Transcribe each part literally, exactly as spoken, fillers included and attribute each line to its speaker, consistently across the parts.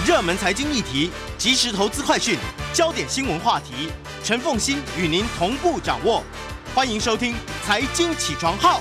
Speaker 1: 热门财经议题、即时投资快讯、焦点新闻话题，陈凤馨与您同步掌握。欢迎收听《财经起床号》。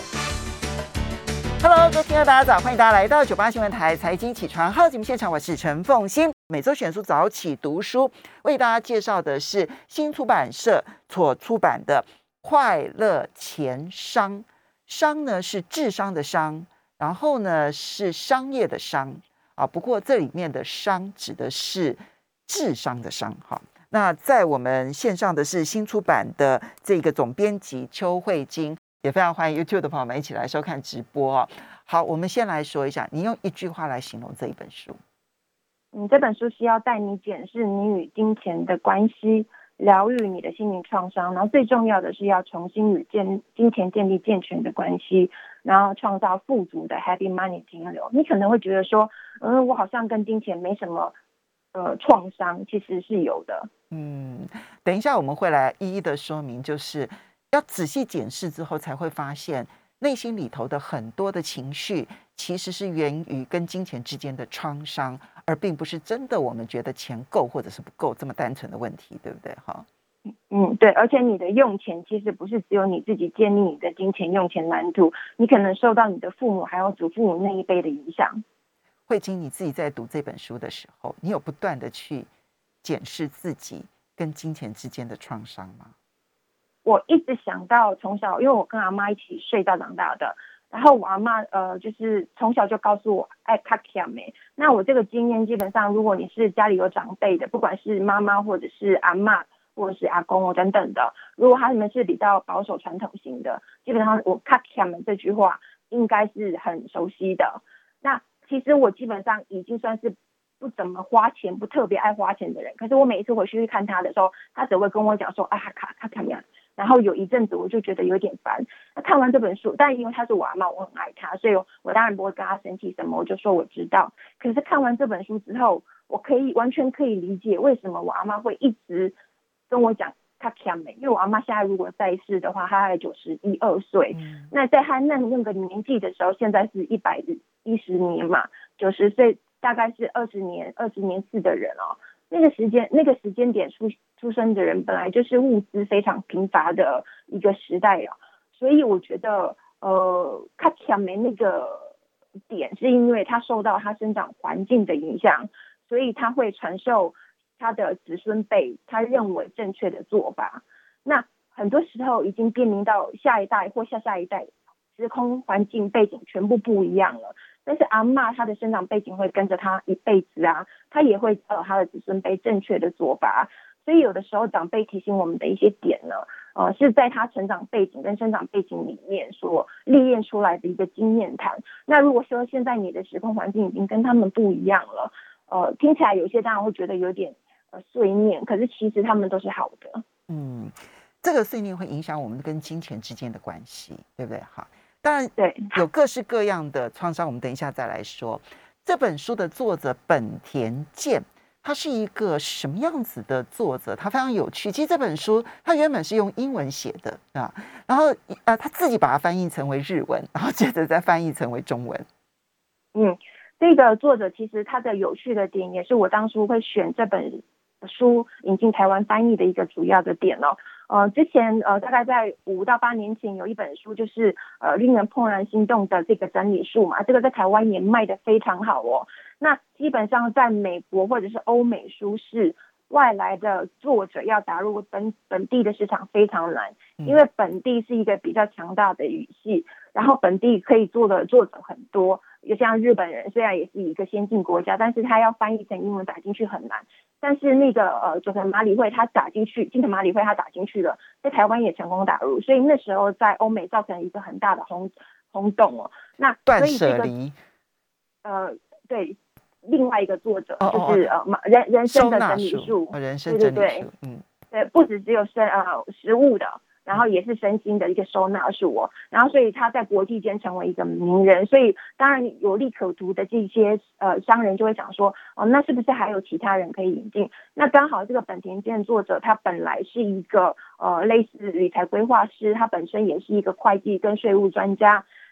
Speaker 2: Hello， 各位听众大家早，欢迎大家来到九八新闻台财经起床号节目现场，我是陈凤馨。每周选书早起读书，为大家介绍的是新出版社所出版的《快乐钱商》，商呢是智商的商，然后呢是商业的商啊。不过这里面的商指的是智商的商哈。那在我们线上的是新出版的这个总编辑邱慧晶。也非常欢迎 YouTube 的朋友们一起来收看直播哦。好，我们先来说一下，你用一句话来形容这一本书。
Speaker 3: 嗯，这本书是要带你检视你与金钱的关系，疗愈你的心灵创伤，然后最重要的是要重新与建金钱建立健全的关系，然后创造富足的 Happy Money 金流。你可能会觉得说，嗯，我好像跟金钱没什么呃创伤，其实是有的。
Speaker 2: 嗯，等一下我们会来一一的说明，就是要仔细检视之后，才会发现内心里头的很多的情绪，其实是源于跟金钱之间的创伤，而并不是真的我们觉得钱够或者是不够这么单纯的问题，对不对？哈，
Speaker 3: 嗯，对，而且你的用钱其实不是只有你自己建立你的金钱用钱蓝图，你可能受到你的父母还有祖父母那一辈的影响。
Speaker 2: 慧晶，你自己在读这本书的时候，你有不断的去检视自己跟金钱之间的创伤吗？
Speaker 3: 我一直想到从小，因为我跟阿妈一起睡到长大的，然后我阿妈呃就是从小就告诉我爱卡卡美。那我这个经验基本上，如果你是家里有长辈的，不管是妈妈或者是阿嬷或者是阿公等等的，如果他们是比较保守传统型的，基本上我卡卡美这句话应该是很熟悉的。那其实我基本上已经算是不怎么花钱，不特别爱花钱的人，可是我每一次回去看他的时候，他只会跟我讲说啊卡卡卡美。然后有一阵子我就觉得有点烦。那看完这本书，但因为他是我阿嬷，我很爱他，所以我当然不会跟他生气什么，我就说我知道。可是看完这本书之后，我可以完全可以理解为什么我阿嬷会一直跟我讲他强美，因为我阿嬷现在如果在世的话，她还九十一二岁。嗯、那在她那那个年纪的时候，现在是一百一十年嘛，九十岁大概是二十年二十年次的人哦。那个时间那个时间点出出生的人本来就是物资非常贫乏的一个时代啊，所以我觉得呃他强没那个点是因为他受到他生长环境的影响，所以他会传授他的子孙辈他认为正确的做法。那很多时候已经面临到下一代或下下一代，时空环境背景全部不一样了。但是阿嬷她的生长背景会跟着她一辈子啊，她也会教她的子孙辈正确的做法。所以有的时候长辈提醒我们的一些点呢，呃，是在他成长背景跟生长背景里面所历练出来的一个经验谈。那如果说现在你的时空环境已经跟他们不一样了，呃，听起来有些当然会觉得有点呃碎念，可是其实他们都是好的。
Speaker 2: 嗯，这个碎念会影响我们跟金钱之间的关系，对不对？哈。当然，
Speaker 3: 对，
Speaker 2: 有各式各样的创伤，我们等一下再来说。这本书的作者本田健，他是一个什么样子的作者？他非常有趣。其实这本书他原本是用英文写的啊，然后呃他自己把它翻译成为日文，然后接着再翻译成为中文。
Speaker 3: 嗯，这个作者其实他的有趣的点，也是我当初会选这本书引进台湾翻译的一个主要的点哦。呃，之前呃大概在五到八年前有一本书，就是呃令人怦然心动的这个整理术嘛，这个在台湾也卖得非常好哦。那基本上在美国或者是欧美书市，外来的作者要打入本本地的市场非常难，因为本地是一个比较强大的语系，然后本地可以做的作者很多，就像日本人虽然也是一个先进国家，但是他要翻译成英文打进去很难。但是那个呃，佐藤麻里惠他打进去，近藤麻里惠他打进去了，在台湾也成功打入，所以那时候在欧美造成一个很大的轰轰动哦。那所以这个呃，对，另外一个作者、哦、就是呃人人生的整理术，
Speaker 2: 人生整理术，
Speaker 3: 对对对，
Speaker 2: 嗯，
Speaker 3: 对，不只只有生呃食物的。然后也是身心的一个收纳术哦，然后所以他在国际间成为一个名人，所以当然有利可图的这些呃商人就会想说，哦，那是不是还有其他人可以引进？那刚好这个本田健作者他本来是一个呃类似理财规划师，他本身也是一个会计跟税务专家。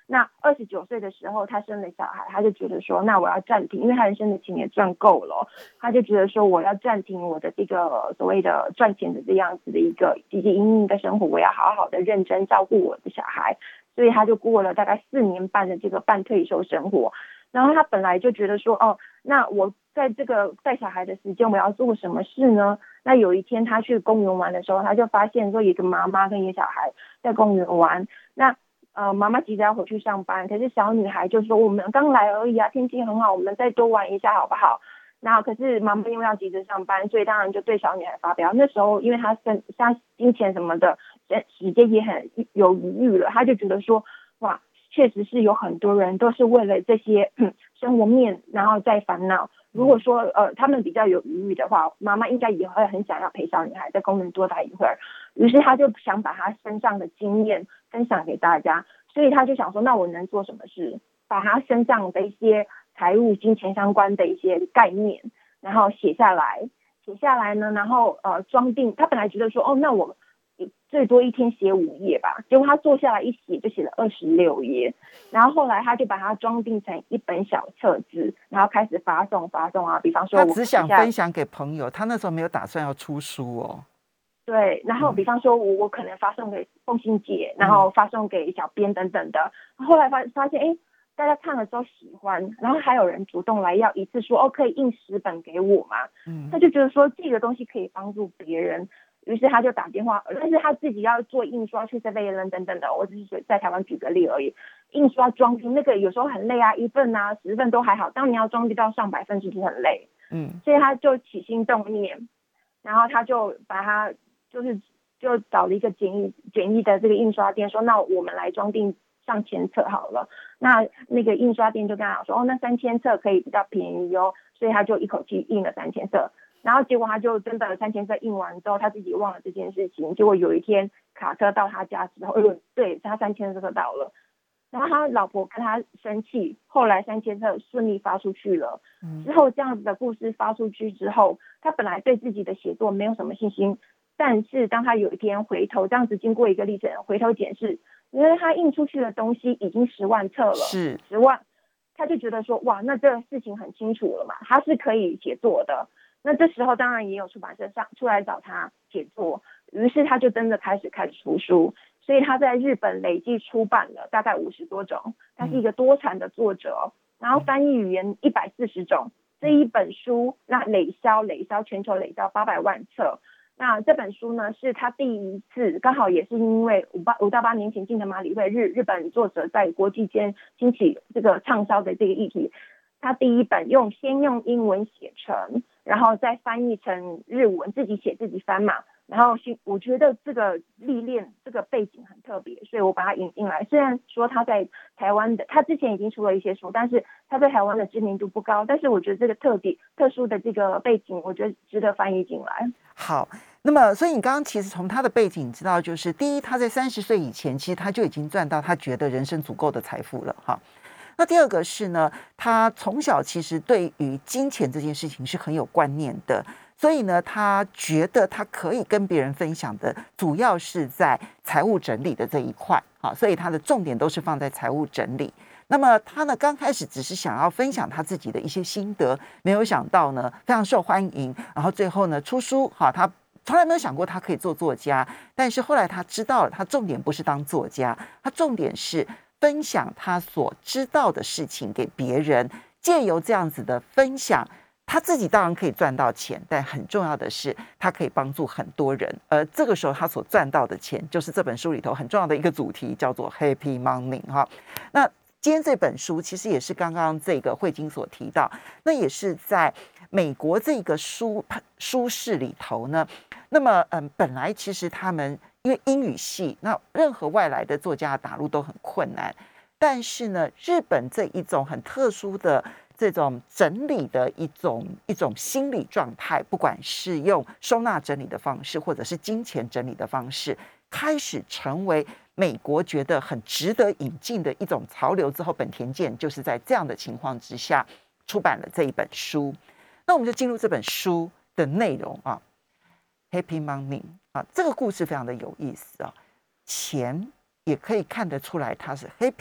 Speaker 3: 那二十九岁的时候，他生了小孩，他就觉得说，那我要暂停，因为他人生的钱也赚够了，他就觉得说，我要暂停我的这个所谓的赚钱的这样子的一个汲汲营营的生活，我要好好的认真照顾我的小孩，所以他就过了大概四年半的这个半退休生活。然后他本来就觉得说，哦，那我在这个带小孩的时间我要做什么事呢？那有一天他去公园玩的时候，他就发现说有一个妈妈跟一个小孩在公园玩，那呃妈妈急着要回去上班，可是小女孩就说我们刚来而已啊，天气很好，我们再多玩一下好不好？然后可是妈妈因为要急着上班，所以当然就对小女孩发飙。那时候因为她生她金钱什么的时间也很有余裕了，她就觉得说，哇，确实是有很多人都是为了这些生活面然后再烦恼。如果说呃他们比较有余裕的话，妈妈应该也会很想要陪小女孩在公园多待一会儿，于是他就想把他身上的经验分享给大家，所以他就想说，那我能做什么事？把他身上的一些财务金钱相关的一些概念然后写下来写下来呢，然后呃装订。他本来觉得说，哦，那我最多一天写五页吧，结果他坐下来一写就写了二十六页，然后后来他就把它装订成一本小册子，然后开始发送发送啊，比方说
Speaker 2: 他只想分享给朋友，他那时候没有打算要出书哦。
Speaker 3: 对，然后比方说我我可能发送给凤欣姐，然后发送给小编等等的，后来发发现哎，大家看了之后喜欢，然后还有人主动来要一次说，哦，可以印十本给我嘛？嗯，他就觉得说这个东西可以帮助别人。于是他就打电话，但是他自己要做印刷去 seven eleven 等等的，我只是在台湾举个例而已。印刷装订那个有时候很累啊，一份啊十份都还好，当你要装订到上百份是不是很累？嗯，所以他就起心动念，然后他就把它就是就找了一个简易简易的这个印刷店，说那我们来装订上千册好了。那那个印刷店就跟他说，哦，那三千册可以比较便宜哦，所以他就一口气印了三千册。然后结果他就真的三千册印完之后，他自己忘了这件事情。结果有一天卡车到他家之后，哎呦，对，他三千册到了。然后他老婆跟他生气，后来三千册顺利发出去了。之后这样子的故事发出去之后，他本来对自己的写作没有什么信心，但是当他有一天回头这样子经过一个历程回头检视，因为他印出去的东西已经十万册了，
Speaker 2: 是
Speaker 3: 十万，他就觉得说，哇，那这个事情很清楚了嘛，他是可以写作的。那这时候当然也有出版社上出来找他写作，于是他就真的开始开始出书，所以他在日本累计出版了大概五十多种，他是一个多产的作者，然后翻译语言一百四十种。这一本书那累销累销全球累销八百万册。那这本书呢是他第一次，刚好也是因为五八五到八年前进的马里会日日本作者在国际间兴起这个畅销的这个议题，他第一本用先用英文写成，然后再翻译成日文，自己写自己翻嘛。然后我觉得这个历练这个背景很特别，所以我把它引进来。虽然说他在台湾的，他之前已经出了一些书，但是他在台湾的知名度不高。但是我觉得这个特别特殊的这个背景，我觉得值得翻译进来。
Speaker 2: 好，那么所以你刚刚其实从他的背景知道，就是第一，他在三十岁以前，其实他就已经赚到他觉得人生足够的财富了哈。那第二个是呢，他从小其实对于金钱这件事情是很有观念的，所以呢，他觉得他可以跟别人分享的，主要是在财务整理的这一块啊，所以他的重点都是放在财务整理。那么他呢，刚开始只是想要分享他自己的一些心得，没有想到呢，非常受欢迎，然后最后呢，出书哈，他从来没有想过他可以做作家，但是后来他知道了，他重点不是当作家，他重点是分享他所知道的事情给别人，借由这样子的分享，他自己当然可以赚到钱，但很重要的是他可以帮助很多人，而这个时候他所赚到的钱就是这本书里头很重要的一个主题，叫做 Happy Money 哈。那今天这本书其实也是刚刚这个慧晶所提到，那也是在美国这个书书市里头呢，那么嗯，本来其实他们因为英语系，那任何外来的作家打入都很困难。但是呢，日本这一种很特殊的这种整理的一种一种心理状态，不管是用收纳整理的方式，或者是金钱整理的方式，开始成为美国觉得很值得引进的一种潮流之后，本田健就是在这样的情况之下出版了这一本书。那我们就进入这本书的内容啊。Happy Money 啊，这个故事非常的有意思啊，钱也可以看得出来它是 happy，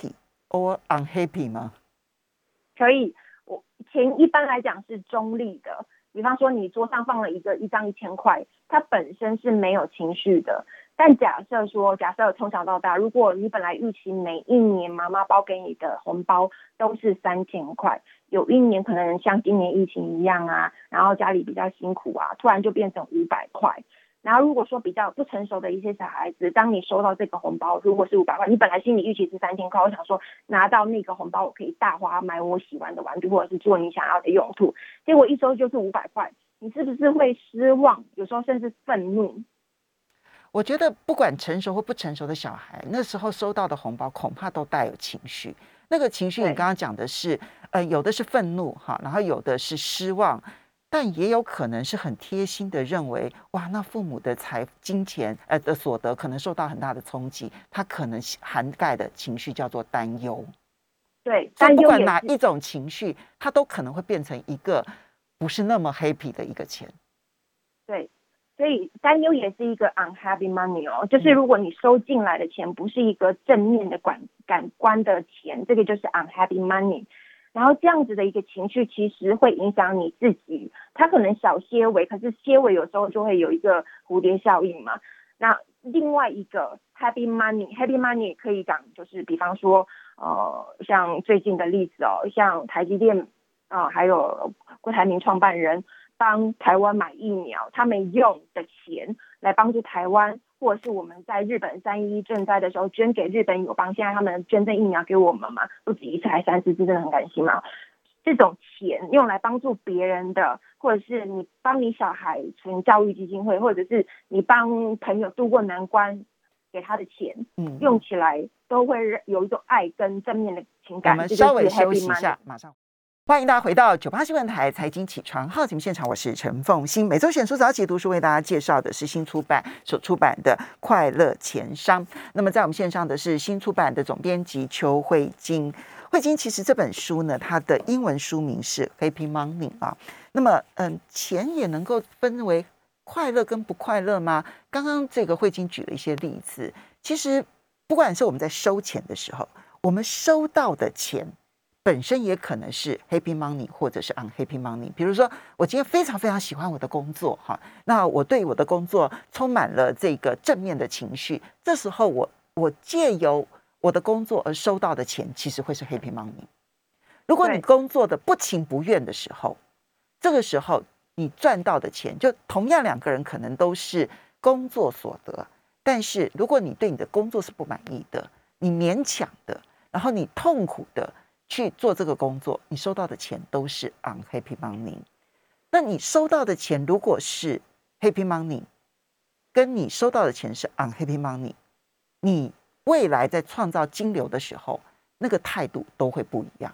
Speaker 2: or unhappy 吗？
Speaker 3: 可以，我钱一般来讲是中立的。比方说，你桌上放了一个一张一千块，它本身是没有情绪的。但假设说，假设从小到大，如果你本来预期每一年妈妈包给你的红包都是三千块，有一年可能像今年疫情一样啊，然后家里比较辛苦啊，突然就变成五百块。然后如果说比较不成熟的一些小孩子，当你收到这个红包，如果是五百块，你本来心里预期是三千块，我想说拿到那个红包我可以大花买我喜欢的玩具，或者是做你想要的用途，结果一收就是五百块，你是不是会失望？有时候甚至愤怒。
Speaker 2: 我觉得不管成熟或不成熟的小孩，那时候收到的红包恐怕都带有情绪。那个情绪，你刚刚讲的是，呃，有的是愤怒哈，然后有的是失望。但也有可能是很贴心的认为，哇，那父母的财金钱呃的所得可能受到很大的冲击，他可能涵盖的情绪叫做担忧。
Speaker 3: 对，
Speaker 2: 所以不管哪一种情绪，它都可能会变成一个不是那么 happy 的一个钱。
Speaker 3: 对，所以担忧也是一个 unhappy money 哦，就是如果你收进来的钱不是一个正面的感感官的钱，这个就是 unhappy money。然后这样子的一个情绪其实会影响你自己，它可能小些微，可是些微有时候就会有一个蝴蝶效应嘛。那另外一个 happy money happy money 可以讲就是比方说呃像最近的例子哦，像台积电啊、呃、还有郭台铭创办人帮台湾买疫苗，他们用的钱来帮助台湾，或者是我们在日本三一赈灾的时候捐给日本友邦，现在他们捐赠疫苗给我们嘛，不止一次还三四次，真的很感谢嘛。这种钱用来帮助别人的，或者是你帮你小孩存教育基金会，或者是你帮朋友渡过难关给他的钱，嗯，用起来都会有一种爱跟正面的情感。
Speaker 2: 我们稍微休息一下，马上。欢迎大家回到九八新闻台财经起床号节目现场，我是陈凤馨。每周选书早起读书为大家介绍的是新出版所出版的《快乐钱商》。那么在我们线上的是新出版的总编辑邱慧金。慧金其实这本书呢，它的英文书名是 Happy Money 啊。那么，嗯，钱也能够分为快乐跟不快乐吗？刚刚这个慧金举了一些例子，其实不管是我们在收钱的时候，我们收到的钱本身也可能是 happy money 或者是 unhappy money。比如说，我今天非常非常喜欢我的工作哈，那我对我的工作充满了这个正面的情绪，这时候我我借由我的工作而收到的钱，其实会是 happy money。如果你工作的不情不愿的时候，这个时候你赚到的钱，就同样两个人可能都是工作所得，但是如果你对你的工作是不满意的，你勉强的，然后你痛苦的去做这个工作，你收到的钱都是 unhappy money。 那你收到的钱如果是 happy money， 跟你收到的钱是 unhappy money， 你未来在创造金流的时候，那个态度都会不一样。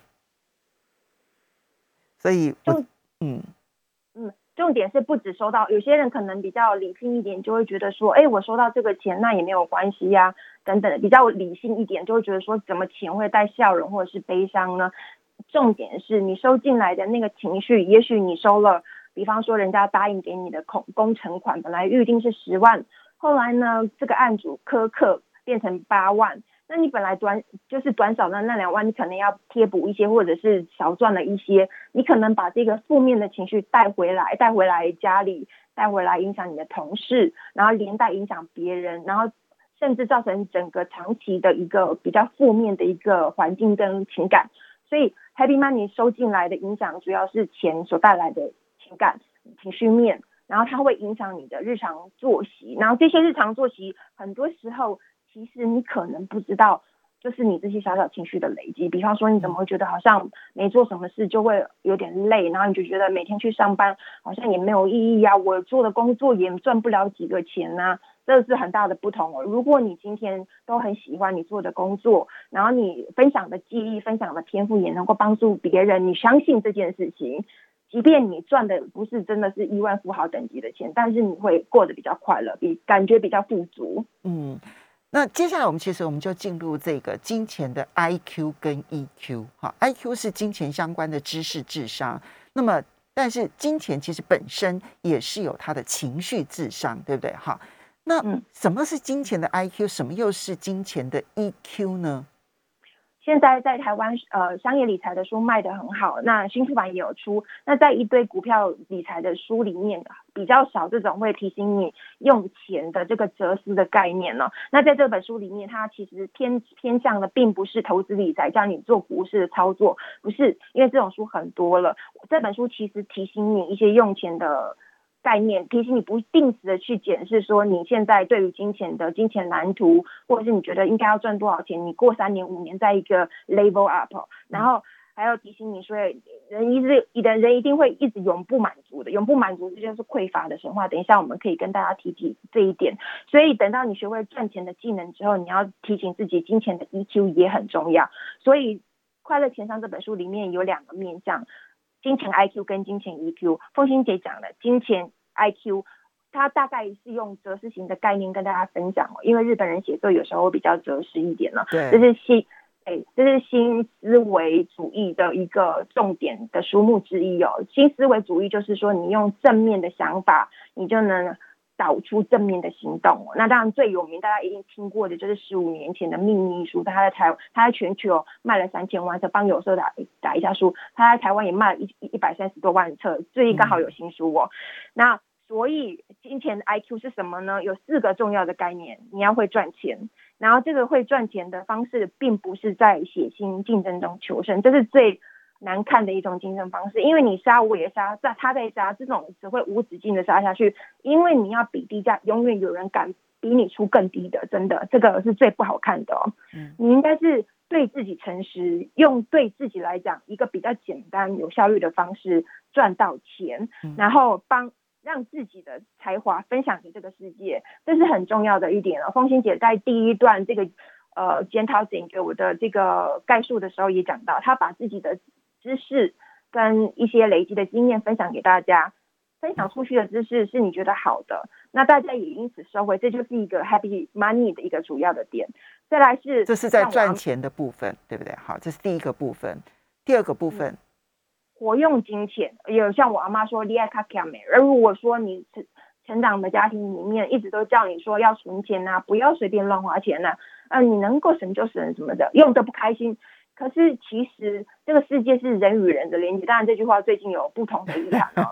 Speaker 2: 所以我嗯
Speaker 3: 嗯，重点是不只收到，有些人可能比较理性一点，就会觉得说，哎，我收到这个钱那也没有关系呀、啊，等等的，比较理性一点就会觉得说，怎么钱会带笑容或者是悲伤呢？重点是你收进来的那个情绪，也许你收了，比方说人家答应给你的工工程款本来预定是十万，后来呢这个案主苛刻变成八万。那你本来短就是短少的那两万，你可能要贴补一些，或者是少赚了一些，你可能把这个负面的情绪带回来，带回来家里，带回来影响你的同事，然后连带影响别人，然后甚至造成整个长期的一个比较负面的一个环境跟情感。所以 Happy Money 收进来的影响主要是钱所带来的情感情绪面，然后它会影响你的日常作息，然后这些日常作息很多时候其实你可能不知道，就是你这些小小情绪的累积。比方说你怎么会觉得好像没做什么事就会有点累，然后你就觉得每天去上班好像也没有意义啊，我做的工作也赚不了几个钱啊，这是很大的不同哦。如果你今天都很喜欢你做的工作，然后你分享的记忆分享的天赋也能够帮助别人，你相信这件事情，即便你赚的不是真的是亿万富豪等级的钱，但是你会过得比较快乐，比感觉比较富足。
Speaker 2: 嗯，那接下来我们其实我们就进入这个金钱的 I Q 跟 E Q。 哈 I Q 是金钱相关的知识智商，那么但是金钱其实本身也是有它的情绪智商，对不对？哈，那什么是金钱的 I Q， 什么又是金钱的 E Q 呢？
Speaker 3: 现在在台湾，呃，商业理财的书卖得很好，那新出版也有出。那在一堆股票理财的书里面，比较少这种会提醒你用钱的这个哲思的概念呢、哦。那在这本书里面，它其实偏偏向的并不是投资理财，叫你做股市的操作，不是，因为这种书很多了。这本书其实提醒你一些用钱的概念，提醒你不定时的去检视说你现在对于金钱的金钱蓝图，或者是你觉得应该要赚多少钱，你过三年五年在一个 level up， 然后还要提醒你说人一直人人一定会一直永不满足的，永不满足这就是匮乏的神话，等一下我们可以跟大家提提这一点。所以等到你学会赚钱的技能之后，你要提醒自己金钱的 E Q 也很重要。所以快乐钱商这本书里面有两个面向，金钱 I Q 跟金钱 E Q。 凤馨姐讲的金钱 I Q， 它大概是用哲思型的概念跟大家分享哦，因为日本人写作有时候比较哲思一点了，这是新哎，这是新思维主义的一个重点的书目之一哦。新思维主义就是说，你用正面的想法，你就能导出正面的行动。那当然最有名，大家一定听过的就是十五年前的《秘密》一书，他在台，他在全球卖了三千万册，帮有时候打打一下书，他在台湾也卖了一一百三十多万册，最近刚好有新书哦。嗯、那所以金钱的 I Q 是什么呢？有四个重要的概念，你要会赚钱。然后这个会赚钱的方式，并不是在血腥竞争中求生，这是最难看的一种竞争方式。因为你杀我也杀，他在杀，这种只会无止境的杀下去。因为你要比低价，永远有人敢比你出更低的，真的，这个是最不好看的哦。嗯、你应该是对自己诚实，用对自己来讲一个比较简单、有效率的方式赚到钱，嗯、然后帮。让自己的才华分享给这个世界，这是很重要的一点哦。凤馨姐在第一段这个呃检讨简给我的这个概述的时候也讲到，她把自己的知识跟一些累积的经验分享给大家，分享出去的知识是你觉得好的，那大家也因此收回，这就是一个 happy money 的一个主要的点。再来是
Speaker 2: 这是在赚钱的部分，对不对？好，这是第一个部分。第二个部分。嗯，
Speaker 3: 活用金钱，有像我阿妈说厉害卡卡美，而如果说你成长的家庭里面一直都叫你说要存钱啊，不要随便乱花钱啊，呃，你能够省就省什么的，用得不开心。可是其实这个世界是人与人的连接，当然这句话最近有不同的意涵哦。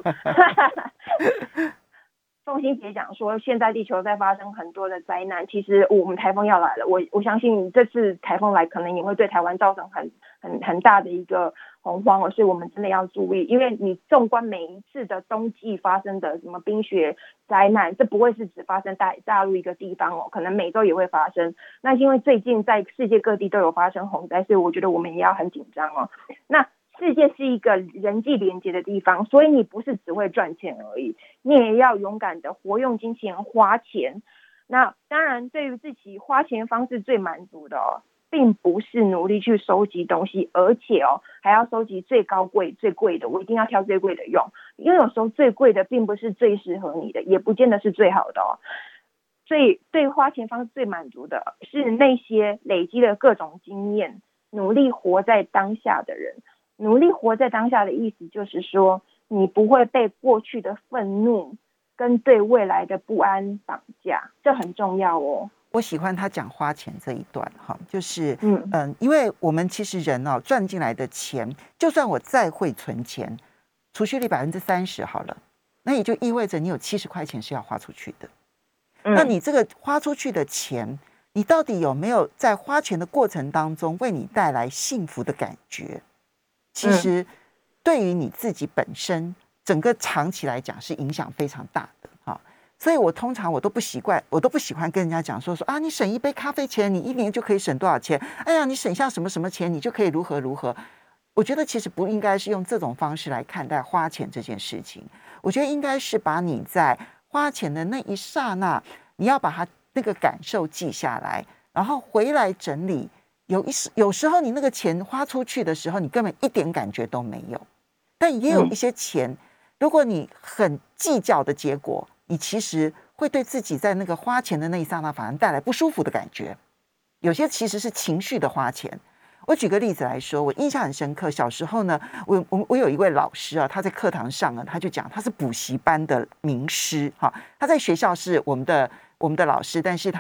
Speaker 3: 凤馨姐讲说，现在地球在发生很多的灾难，其实我们台风要来了，我我相信这次台风来，可能也会对台湾造成很很很大的一个洪荒哦，所以我们真的要注意，因为你纵观每一次的冬季发生的什么冰雪灾难，这不会是只发生在大陆一个地方哦，可能美洲也会发生。那因为最近在世界各地都有发生洪灾，所以我觉得我们也要很紧张哦。那世界是一个人际连接的地方，所以你不是只会赚钱而已，你也要勇敢的活用金钱花钱。那当然对于自己花钱方式最满足的哦，并不是努力去收集东西，而且哦还要收集最高贵最贵的，我一定要挑最贵的用，因为有时候最贵的并不是最适合你的，也不见得是最好的哦。所以对花钱方式最满足的是那些累积了各种经验，努力活在当下的人。努力活在当下的意思就是说，你不会被过去的愤怒跟对未来的不安绑架，这很重要哦。
Speaker 2: 我喜欢他讲花钱这一段哈，就是嗯嗯，因为我们其实人哦赚进来的钱，就算我再会存钱，储蓄率百分之三十好了，那也就意味着你有七十块钱是要花出去的。嗯、那你这个花出去的钱，你到底有没有在花钱的过程当中为你带来幸福的感觉？其实对于你自己本身整个长期来讲是影响非常大的哈，所以我通常我都不习惯，我都不喜欢跟人家讲说说啊，你省一杯咖啡钱，你一年就可以省多少钱？哎呀，你省下什么什么钱，你就可以如何如何？我觉得其实不应该是用这种方式来看待花钱这件事情。我觉得应该是把你在花钱的那一刹那，你要把它那个感受记下来，然后回来整理。有一时有时候你那个钱花出去的时候，你根本一点感觉都没有，但也有一些钱，如果你很计较的结果，你其实会对自己在那个花钱的那一刹那反而带来不舒服的感觉。有些其实是情绪的花钱。我举个例子来说，我印象很深刻。小时候呢，我我我有一位老师啊，他在课堂上啊，他就讲他是补习班的名师哈，他在学校是我们的我们的老师，但是他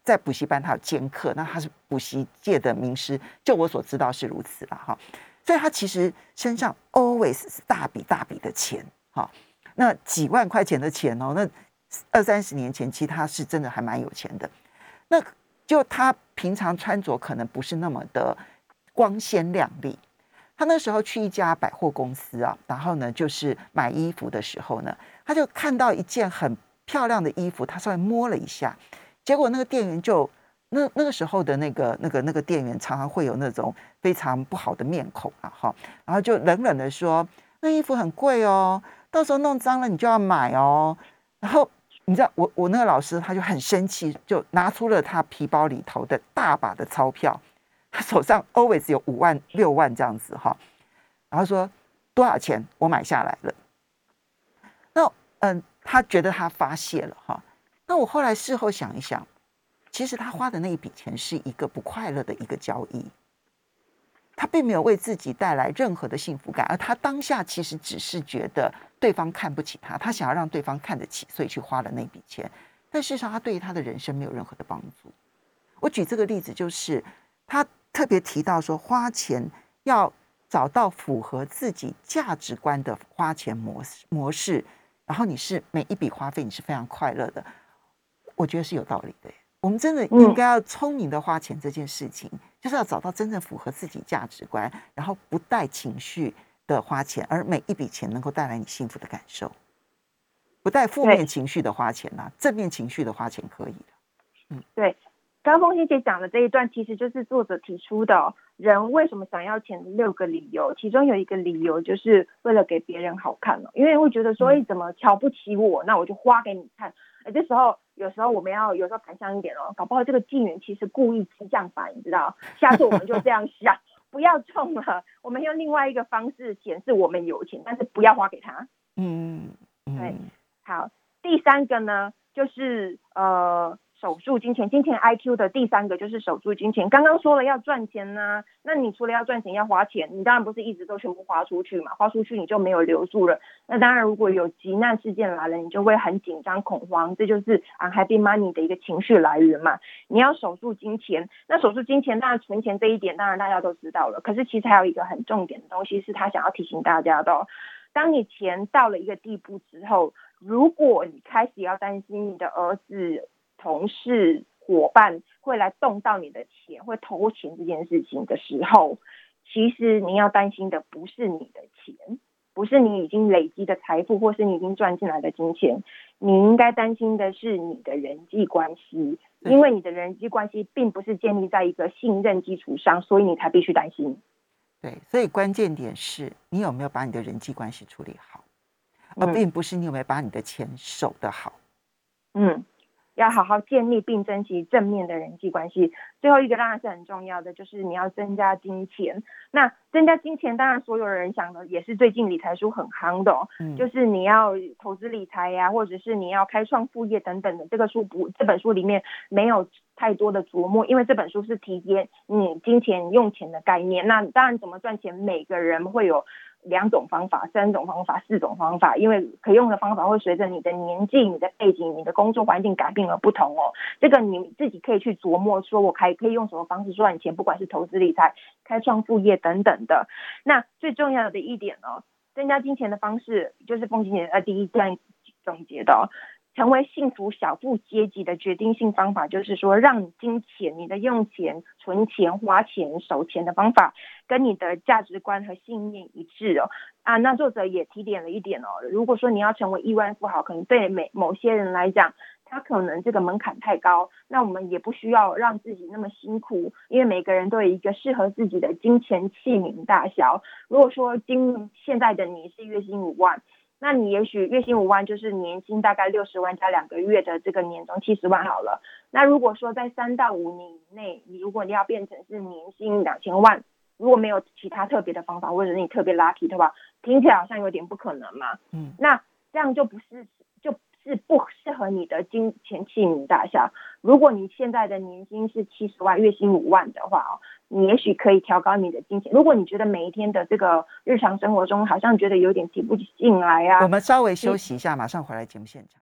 Speaker 2: 在补习班他有兼课，那他是补习界的名师，就我所知道是如此啦哈。所以他其实身上 always 是大笔大笔的钱哈，那几万块钱的钱哦，那二三十年前其实他是真的还蛮有钱的。那就他平常穿着可能不是那么的光鲜亮丽。他那时候去一家百货公司啊，然后呢，就是买衣服的时候呢，他就看到一件很漂亮的衣服，他稍微摸了一下，结果那个店员就那那个时候的那个那个那个店员常常会有那种非常不好的面孔啊，哈，然后就冷冷的说：“那衣服很贵哦，到时候弄脏了你就要买哦。”然后你知道我我那个老师他就很生气，就拿出了他皮包里头的大把的钞票。他手上 always 有五万六万这样子哈，然后说多少钱我买下来了。那嗯，他觉得他发泄了哈。那我后来事后想一想，其实他花的那一笔钱是一个不快乐的一个交易，他并没有为自己带来任何的幸福感，而他当下其实只是觉得对方看不起他，他想要让对方看得起，所以去花了那笔钱。但事实上，他对于他的人生没有任何的帮助。我举这个例子就是，他特别提到说，花钱要找到符合自己价值观的花钱模式模式，然后你是每一笔花费你是非常快乐的，我觉得是有道理的。我们真的应该要聪明的花钱这件事情，嗯、就是要找到真正符合自己价值观，然后不带情绪的花钱，而每一笔钱能够带来你幸福的感受，不带负面情绪的花钱啊，正面情绪的花钱可以的。
Speaker 3: 嗯，对。刚凤馨姐讲的这一段，其实就是作者提出的、哦、人为什么想要钱的六个理由，其中有一个理由就是为了给别人好看了、哦，因为会觉得说，哎，怎么瞧不起我，那我就花给你看。哎，这时候有时候我们要有时候反向一点哦，搞不好这个妓女其实故意激将法，你知道？下次我们就这样想，不要中了，我们用另外一个方式显示我们有钱，但是不要花给他。
Speaker 2: 嗯，
Speaker 3: 对，好，第三个呢，就是呃。守住金钱，金钱 I Q 的第三个就是守住金钱。刚刚说了要赚钱呢、啊，那你除了要赚钱要花钱，你当然不是一直都全部花出去嘛，花出去你就没有留住了。那当然如果有急难事件来了，你就会很紧张恐慌，这就是 unhappy money 的一个情绪来源嘛。你要守住金钱，那守住金钱当然存钱这一点当然大家都知道了，可是其实还有一个很重点的东西是他想要提醒大家的、哦，当你钱到了一个地步之后，如果你开始要担心你的儿子同事伙伴会来动到你的钱，会偷钱这件事情的时候，其实你要担心的不是你的钱，不是你已经累积的财富，或是你已经赚进来的金钱，你应该担心的是你的人际关系，因为你的人际关系并不是建立在一个信任基础上，所以你才必须担心。
Speaker 2: 对，所以关键点是你有没有把你的人际关系处理好，而并不是你有没有把你的钱守得好。
Speaker 3: 嗯，要好好建立并珍惜正面的人际关系。最后一个当然是很重要的，就是你要增加金钱。那增加金钱，当然所有人想的也是最近理财书很夯的、哦嗯、就是你要投资理财呀、啊，或者是你要开创副业等等的。这个书不，这本书里面没有太多的琢磨，因为这本书是提点你金钱用钱的概念。那当然怎么赚钱，每个人会有两种方法、三种方法、四种方法，因为可用的方法会随着你的年纪、你的背景、你的工作环境改变而不同哦。这个你自己可以去琢磨，说我还可以用什么方式赚钱，不管是投资理财、开创副业等等的。那最重要的一点呢、哦，增加金钱的方式就是凤馨姐呃第一段总结的、哦。成为幸福小富阶级的决定性方法，就是说让你金钱、你的用钱、存钱、花钱、守钱的方法跟你的价值观和信念一致哦。啊，那作者也提点了一点哦，如果说你要成为亿万富豪，可能对每某些人来讲，他可能这个门槛太高，那我们也不需要让自己那么辛苦，因为每个人都有一个适合自己的金钱器皿大小。如果说今现在的你是月薪五万，那你也许月薪五万就是年薪大概六十万加两个月的这个年终七十万好了。那如果说在三到五年以内，你如果你要变成是年薪两千万，如果没有其他特别的方法，或者是你特别 lucky 的话，听起来好像有点不可能嘛。嗯，那这样就不是就是不适合你的金钱器皿大小。如果你现在的年薪是七十万，月薪五万的话哦，你也许可以调高你的金钱。如果你觉得每一天的这个日常生活中好像觉得有点提不进来啊，
Speaker 2: 我们稍微休息一下，马上回来节目现场。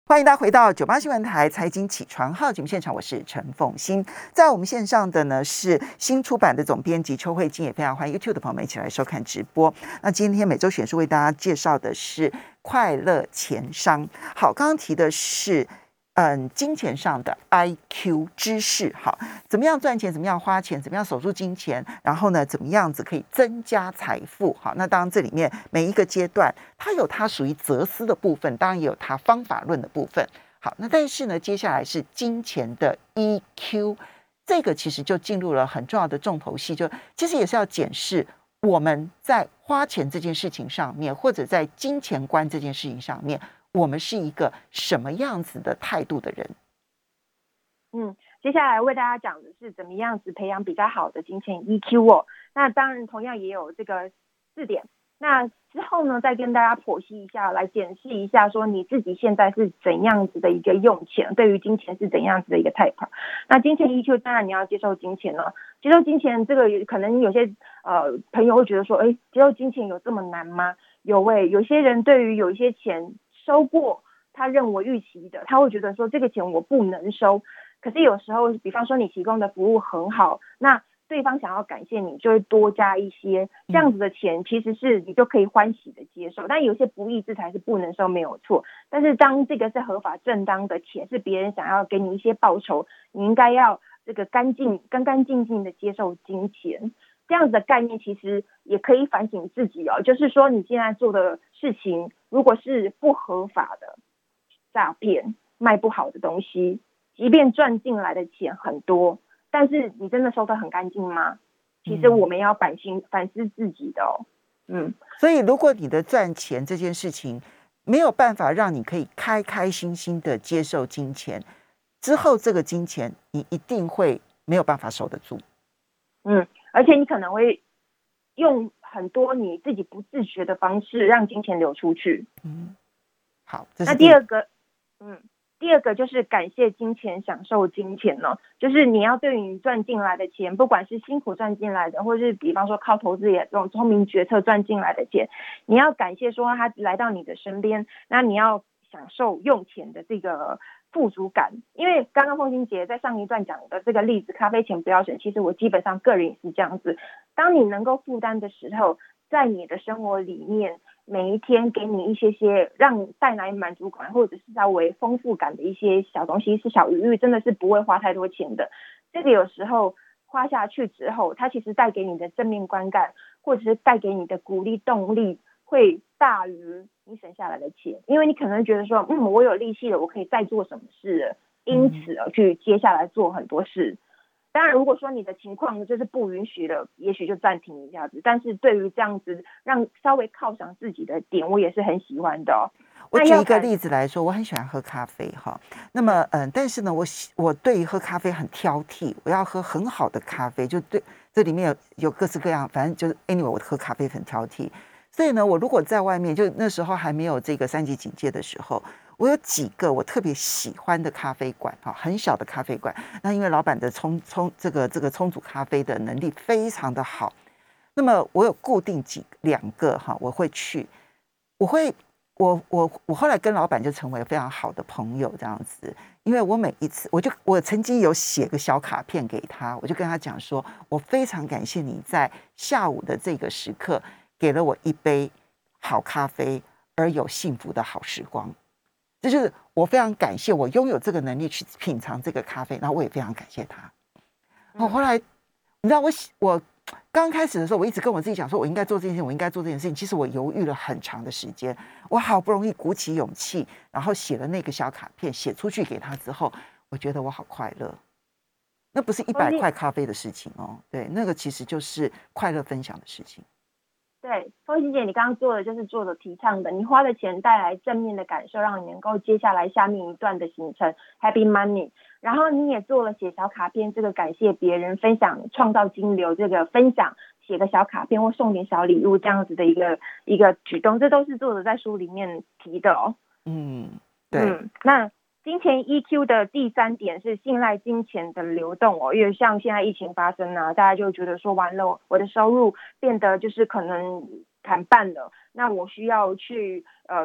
Speaker 2: 欢迎大家回到九八新闻台财经起床号节目现场，我是陈凤馨。在我们线上的呢是新出版的总编辑邱慧晶，也非常欢迎 YouTube 的朋友们一起来收看直播。那今天每周选书为大家介绍的是快乐钱商。好，刚刚提的是嗯金钱上的 I Q 知识，好，怎么样赚钱，怎么样花钱，怎么样守住金钱，然后呢，怎么样子可以增加财富？好，那当然这里面每一个阶段，它有它属于哲思的部分，当然也有它方法论的部分。好，那但是呢，接下来是金钱的 E Q， 这个其实就进入了很重要的重头戏，就其实也是要检视我们在花钱这件事情上面，或者在金钱观这件事情上面，我们是一个什么样子的态度的人。
Speaker 3: 嗯，接下来为大家讲的是怎么样子培养比较好的金钱 E Q 哦。那当然同样也有这个四点。那之后呢，再跟大家剖析一下，来检视一下，说你自己现在是怎样子的一个用钱，对于金钱是怎样子的一个 type。那金钱 E Q 当然你要接受金钱了，接受金钱这个可能有些呃朋友会觉得说，哎，接受金钱有这么难吗？有诶、欸，有些人对于有一些钱收过他认为预期的，他会觉得说这个钱我不能收。可是有时候，比方说你提供的服务很好，那对方想要感谢你，就会多加一些这样子的钱，其实是你就可以欢喜的接受。但有些不义之财是不能收，没有错。但是当这个是合法正当的钱，是别人想要给你一些报酬，你应该要这个干净、干干净净的接受金钱。这样子的概念其实也可以反省自己哦，就是说你现在做的事情，如果是不合法的诈骗、卖不好的东西，即便赚进来的钱很多。但是你真的收得很干净吗？其实我们要反省反思自己的哦。嗯，
Speaker 2: 所以如果你的赚钱这件事情没有办法让你可以开开心心的接受金钱，之后这个金钱你一定会没有办法守得住。
Speaker 3: 嗯，而且你可能会用很多你自己不自觉的方式让金钱流出去。
Speaker 2: 嗯，好，这是
Speaker 3: 那第二个，嗯。第二个就是感谢金钱，享受金钱呢、哦，就是你要对于你赚进来的钱，不管是辛苦赚进来的，或是比方说靠投资也这种聪明决策赚进来的钱，你要感谢说他来到你的身边，那你要享受用钱的这个富足感。因为刚刚凤馨姐在上一段讲的这个例子，咖啡钱不要省，其实我基本上个人也是这样子。当你能够负担的时候，在你的生活里面，每一天给你一些些让你带来满足感或者是稍微丰富感的一些小东西，是小余裕，真的是不会花太多钱的。这个有时候花下去之后，它其实带给你的正面观感，或者是带给你的鼓励动力，会大于你省下来的钱。因为你可能觉得说，嗯，我有力气了，我可以再做什么事了，因此而去接下来做很多事。当然如果说你的情况就是不允许了，也许就暂停一下子。但是对于这样子让稍微犒赏自己的点，我也是很喜欢的哦。
Speaker 2: 我举一个例子来说，我很喜欢喝咖啡哈。那么嗯，但是呢，我我对于喝咖啡很挑剔，我要喝很好的咖啡，就对这里面有有各式各样，反正就是 anyway， 我喝咖啡很挑剔。所以呢，我如果在外面，就那时候还没有这个三级警戒的时候，我有几个我特别喜欢的咖啡馆，哈，很小的咖啡馆。那因为老板的冲冲这个这个冲煮咖啡的能力非常的好，那么我有固定几两个哈，我会去，我会我我我后来跟老板就成为非常好的朋友这样子，因为我每一次我就我曾经有写个小卡片给他，我就跟他讲说，我非常感谢你在下午的这个时刻给了我一杯好咖啡，而有幸福的好时光。这就是我非常感谢我拥有这个能力去品尝这个咖啡，然后我也非常感谢他。我后来，你知道我我刚开始的时候，我一直跟我自己讲说，我应该做这件事情，我应该做这件事情。其实我犹豫了很长的时间，我好不容易鼓起勇气，然后写了那个小卡片，写出去给他之后，我觉得我好快乐。那不是一百块咖啡的事情哦，对，那个其实就是快乐分享的事情。
Speaker 3: 对，凤馨姐，你刚刚做的就是做的提倡的，你花的钱带来正面的感受，让你能够接下来下面一段的行程 Happy Money。然后你也做了写小卡片，这个感谢别人分享创造金流这个分享，写个小卡片或送点小礼物这样子的一个一个举动，这都是作者在书里面提的哦。
Speaker 2: 嗯，对。
Speaker 3: 嗯，那金钱 E Q 的第三点是信赖金钱的流动哦，因为像现在疫情发生啊，大家就觉得说完了，我的收入变得就是可能砍半了，那我需要去呃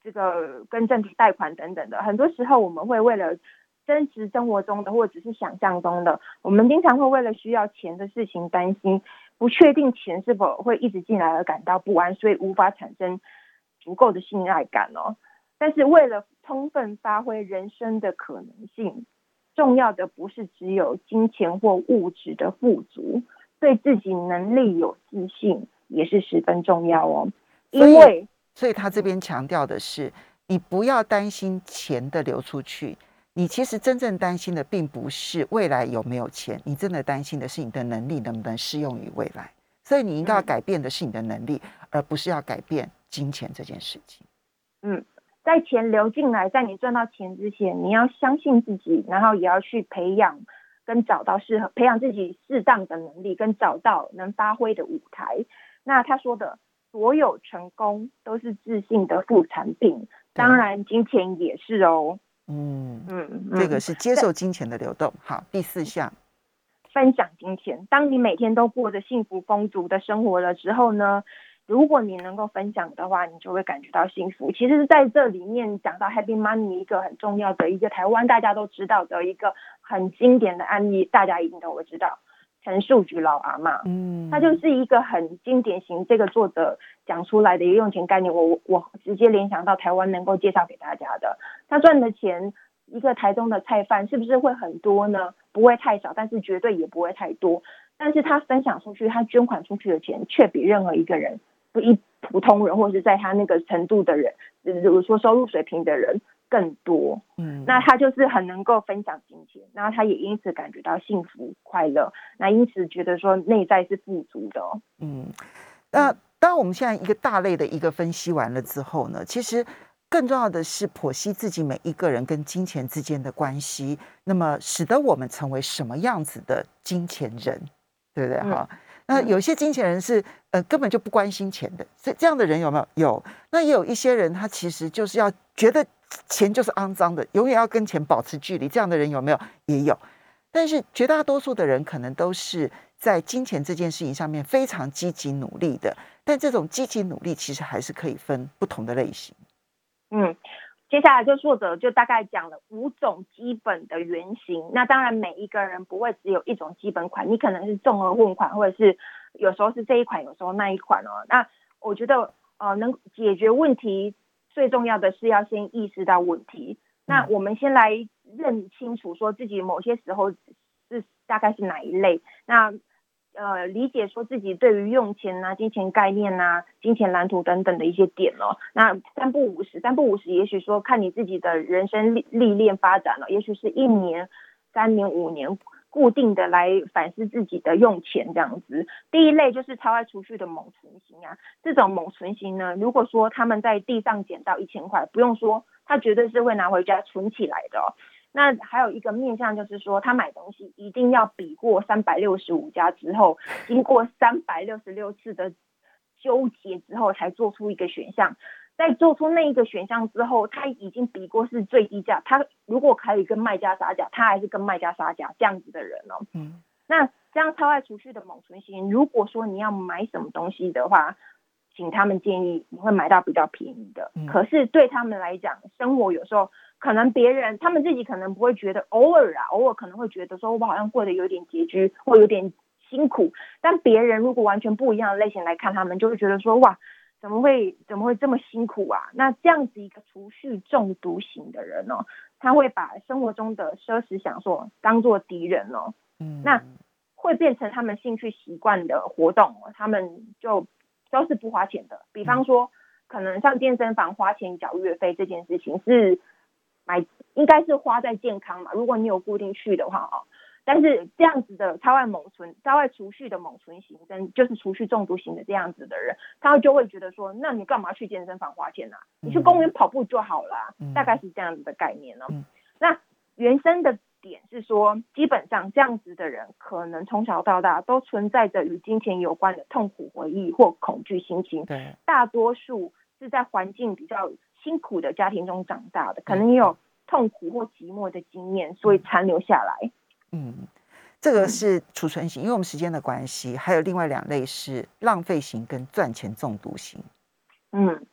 Speaker 3: 这个跟政府贷款等等的，很多时候我们会为了真实生活中的或者是想象中的，我们经常会为了需要钱的事情担心，不确定钱是否会一直进来而感到不安，所以无法产生足够的信赖感哦。但是为了充分发挥人生的可能性，重要的不是只有金钱或物质的富足，对自己能力有自信也是十分重要哦。因为
Speaker 2: 所以他这边强调的是，你不要担心钱的流出去，你其实真正担心的并不是未来有没有钱，你真的担心的是你的能力能不能适用于未来。所以你应该要改变的是你的能力，而不是要改变金钱这件事情。
Speaker 3: 嗯，在钱流进来，在你赚到钱之前，你要相信自己，然后也要去培养跟找到适合培养自己适当的能力，跟找到能发挥的舞台。那他说的所有成功都是自信的副产品，当然金钱也是哦。
Speaker 2: 嗯嗯，这个是接受金钱的流动。好，第四项，
Speaker 3: 分享金钱。当你每天都过着幸福丰足的生活了之后呢，如果你能够分享的话，你就会感觉到幸福。其实在这里面讲到 Happy Money 一个很重要的一个台湾大家都知道的一个很经典的案例，大家一定都会知道陈树菊老阿嬷。嗯，他就是一个很经典型这个作者讲出来的一个用钱概念，我我直接联想到台湾能够介绍给大家的。他赚的钱，一个台中的菜贩是不是会很多呢？不会太少，但是绝对也不会太多。但是他分享出去，他捐款出去的钱却比任何一个人，不一普通人或者是在他那个程度的人，比如说收入水平的人更多。嗯，那他就是很能够分享金钱，然后他也因此感觉到幸福快乐，那因此觉得说内在是富足的哦。
Speaker 2: 嗯，那当我们现在一个大类的一个分析完了之后呢，其实更重要的是剖析自己每一个人跟金钱之间的关系，那么使得我们成为什么样子的金钱人，对不对？哈、嗯，那有些金钱人是呃根本就不关心钱的，这这样的人有没有？有。那也有一些人，他其实就是要觉得钱就是肮脏的，永远要跟钱保持距离，这样的人有没有？也有。但是绝大多数的人可能都是在金钱这件事情上面非常积极努力的，但这种积极努力其实还是可以分不同的类型。
Speaker 3: 嗯，接下来就作者就大概讲了五种基本的原型。那当然每一个人不会只有一种基本款，你可能是综合混款，或者是有时候是这一款，有时候那一款哦。那我觉得呃，能解决问题最重要的是要先意识到问题。那我们先来认清楚说自己某些时候是大概是哪一类。那呃，理解说自己对于用钱啊、金钱概念啊、金钱蓝图等等的一些点哦。那三不五时，三不五时，也许说看你自己的人生历历练发展了、哦，也许是一年、三年、五年，固定的来反思自己的用钱这样子。第一类就是超爱储蓄的猛存型啊，这种猛存型呢，如果说他们在地上捡到一千块，不用说，他绝对是会拿回家存起来的哦。那还有一个面向就是说，他买东西一定要比过三百六十五家之后，经过三百六十六次的纠结之后，才做出一个选项。在做出那一个选项之后，他已经比过是最低价，他如果可以跟卖家杀价，他还是跟卖家杀价，这样子的人哦。嗯，那这样超爱储蓄的猛存型，如果说你要买什么东西的话，请他们建议你会买到比较便宜的。嗯、可是对他们来讲，生活有时候可能别人他们自己可能不会觉得，偶尔啊，偶尔可能会觉得说我好像过得有点拮据或有点辛苦，但别人如果完全不一样的类型来看他们，就会觉得说哇，怎么会怎么会这么辛苦啊？那这样子一个储蓄中毒型的人哦，他会把生活中的奢侈享受当作敌人哦。嗯，那会变成他们兴趣习惯的活动，他们就都是不花钱的。比方说，可能上健身房花钱缴月费这件事情是买，应该是花在健康嘛。如果你有固定去的话哦。但是这样子的超爱猛存、超爱储蓄的猛存型，跟就是储蓄中毒型的这样子的人，他就会觉得说，那你干嘛去健身房花钱啊？你去公园跑步就好啦，嗯、大概是这样子的概念哦。嗯、那原生的点是说，基本上这样子的人，可能从小到大都存在着与金钱有关的痛苦回忆或恐惧心情。对，大多数是在环境比较辛苦的家庭中长大的，可能也有痛苦或寂寞的经验，所以残留下来。
Speaker 2: 嗯，这个是储存型，因为我们时间的关系，还有另外两类是浪费型跟赚钱中毒型。
Speaker 3: 嗯，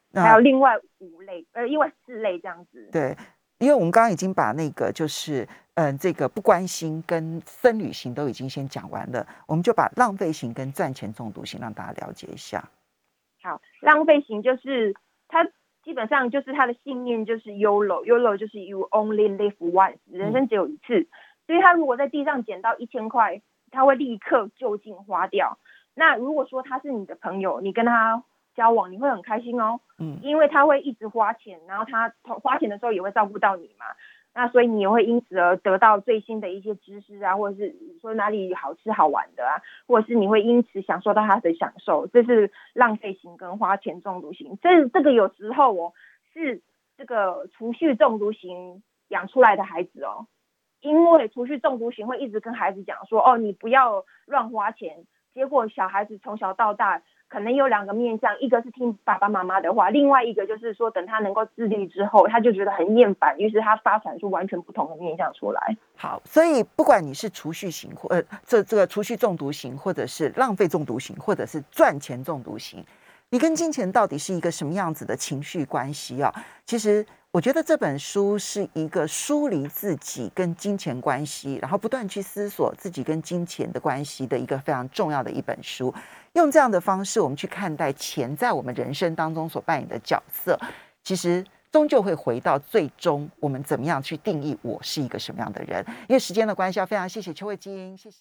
Speaker 3: 还有另外五类，呃，另外四类这样子。
Speaker 2: 对，因为我们刚刚已经把那个就是嗯、呃，这个不关心跟僧侣型都已经先讲完了，我们就把浪费型跟赚钱中毒型让大家了解一下。
Speaker 3: 好，浪费型就是他基本上就是他的信念就是 YOLO，YOLO 就是 You only live once， 人生只有一次，嗯、所以他如果在地上捡到一千块，他会立刻就近花掉。那如果说他是你的朋友，你跟他交往，你会很开心哦，嗯，因为他会一直花钱，然后他花钱的时候也会照顾到你嘛，那所以你也会因此而得到最新的一些知识啊，或者是说哪里好吃好玩的啊，或者是你会因此享受到他的享受，这是浪费型跟花钱中毒型。这这个有时候哦是这个储蓄中毒型养出来的孩子哦，因为储蓄中毒型会一直跟孩子讲说，哦，你不要乱花钱，结果小孩子从小到大可能有两个面向，一个是听爸爸妈妈的话，另外一个就是说等他能够自立之后，他就觉得很厌烦，于是他发展出完全不同的面向出来。
Speaker 2: 好，所以不管你是储蓄型或呃这这个储蓄中毒型，或者是浪费中毒型，或者是赚钱中毒型，你跟金钱到底是一个什么样子的情绪关系啊？其实我觉得这本书是一个梳理自己跟金钱关系，然后不断去思索自己跟金钱的关系的一个非常重要的一本书。用这样的方式，我们去看待钱在我们人生当中所扮演的角色，其实终究会回到最终我们怎么样去定义我是一个什么样的人。因为时间的关系，要非常谢谢邱慧金，谢谢。